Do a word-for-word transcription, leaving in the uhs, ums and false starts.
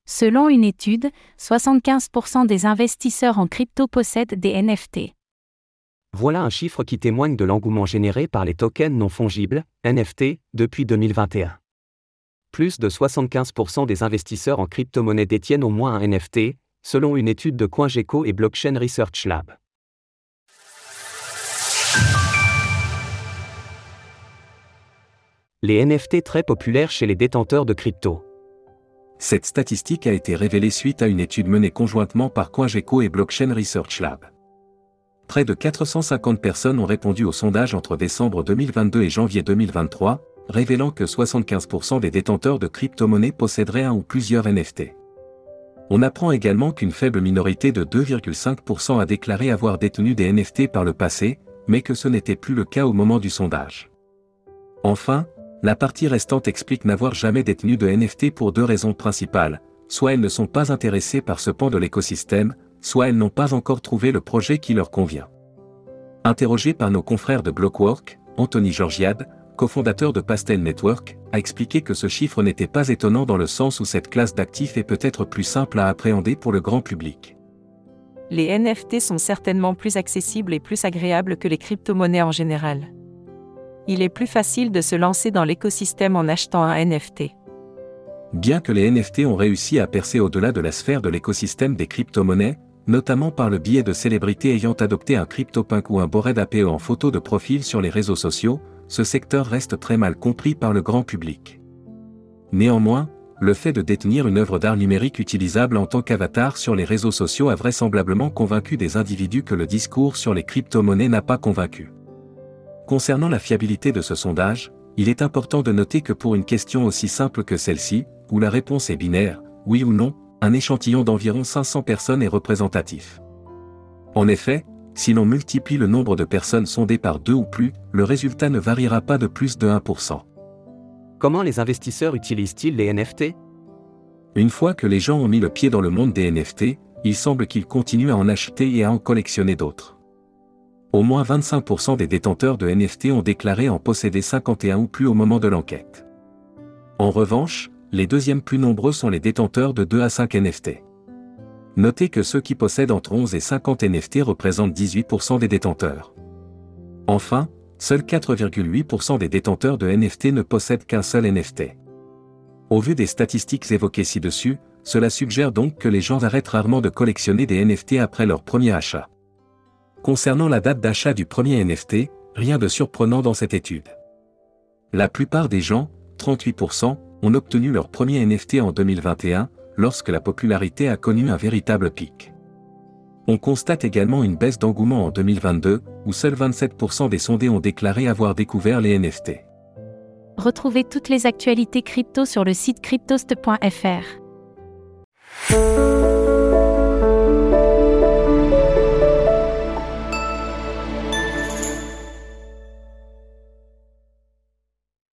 Selon une étude, soixante-quinze pour cent des investisseurs en crypto possèdent des N F T. Voilà un chiffre qui témoigne de l'engouement généré par les tokens non fongibles, N F T, depuis deux mille vingt et un. Plus de soixante-quinze pour cent des investisseurs en crypto-monnaie détiennent au moins un N F T, selon une étude de CoinGecko et Blockchain Research Lab. Les N F T très populaires chez les détenteurs de crypto. Cette statistique a été révélée suite à une étude menée conjointement par CoinGecko et Blockchain Research Lab. Près de quatre cent cinquante personnes ont répondu au sondage entre décembre deux mille vingt-deux et janvier deux mille vingt-trois, révélant que soixante-quinze pour cent des détenteurs de crypto-monnaies posséderaient un ou plusieurs N F T. On apprend également qu'une faible minorité de deux virgule cinq pour cent a déclaré avoir détenu des N F T par le passé, mais que ce n'était plus le cas au moment du sondage. Enfin, la partie restante explique n'avoir jamais détenu de N F T pour deux raisons principales, soit elles ne sont pas intéressées par ce pan de l'écosystème, soit elles n'ont pas encore trouvé le projet qui leur convient. Interrogé par nos confrères de Blockwork, Anthony Georgiade, cofondateur de Pastel Network, a expliqué que ce chiffre n'était pas étonnant dans le sens où cette classe d'actifs est peut-être plus simple à appréhender pour le grand public. Les N F T sont certainement plus accessibles et plus agréables que les crypto-monnaies en général. Il est plus facile de se lancer dans l'écosystème en achetant un N F T. Bien que les N F T ont réussi à percer au-delà de la sphère de l'écosystème des crypto-monnaies, notamment par le biais de célébrités ayant adopté un CryptoPunk ou un Bored Ape en photo de profil sur les réseaux sociaux, ce secteur reste très mal compris par le grand public. Néanmoins, le fait de détenir une œuvre d'art numérique utilisable en tant qu'avatar sur les réseaux sociaux a vraisemblablement convaincu des individus que le discours sur les crypto-monnaies n'a pas convaincu. Concernant la fiabilité de ce sondage, il est important de noter que pour une question aussi simple que celle-ci, où la réponse est binaire, oui ou non, un échantillon d'environ cinq cents personnes est représentatif. En effet, si l'on multiplie le nombre de personnes sondées par deux ou plus, le résultat ne variera pas de plus de un pour cent. Comment les investisseurs utilisent-ils les N F T ? Une fois que les gens ont mis le pied dans le monde des N F T, il semble qu'ils continuent à en acheter et à en collectionner d'autres. Au moins vingt-cinq pour cent des détenteurs de N F T ont déclaré en posséder cinquante et un ou plus au moment de l'enquête. En revanche, les deuxièmes plus nombreux sont les détenteurs de deux à cinq N F T. Notez que ceux qui possèdent entre onze et cinquante N F T représentent dix-huit pour cent des détenteurs. Enfin, seuls quatre virgule huit pour cent des détenteurs de N F T ne possèdent qu'un seul N F T. Au vu des statistiques évoquées ci-dessus, cela suggère donc que les gens arrêtent rarement de collectionner des N F T après leur premier achat. Concernant la date d'achat du premier N F T, rien de surprenant dans cette étude. La plupart des gens, trente-huit pour cent, ont obtenu leur premier N F T en deux mille vingt et un, lorsque la popularité a connu un véritable pic. On constate également une baisse d'engouement en deux mille vingt-deux, où seuls vingt-sept pour cent des sondés ont déclaré avoir découvert les N F T. Retrouvez toutes les actualités crypto sur le site cryptost point f r.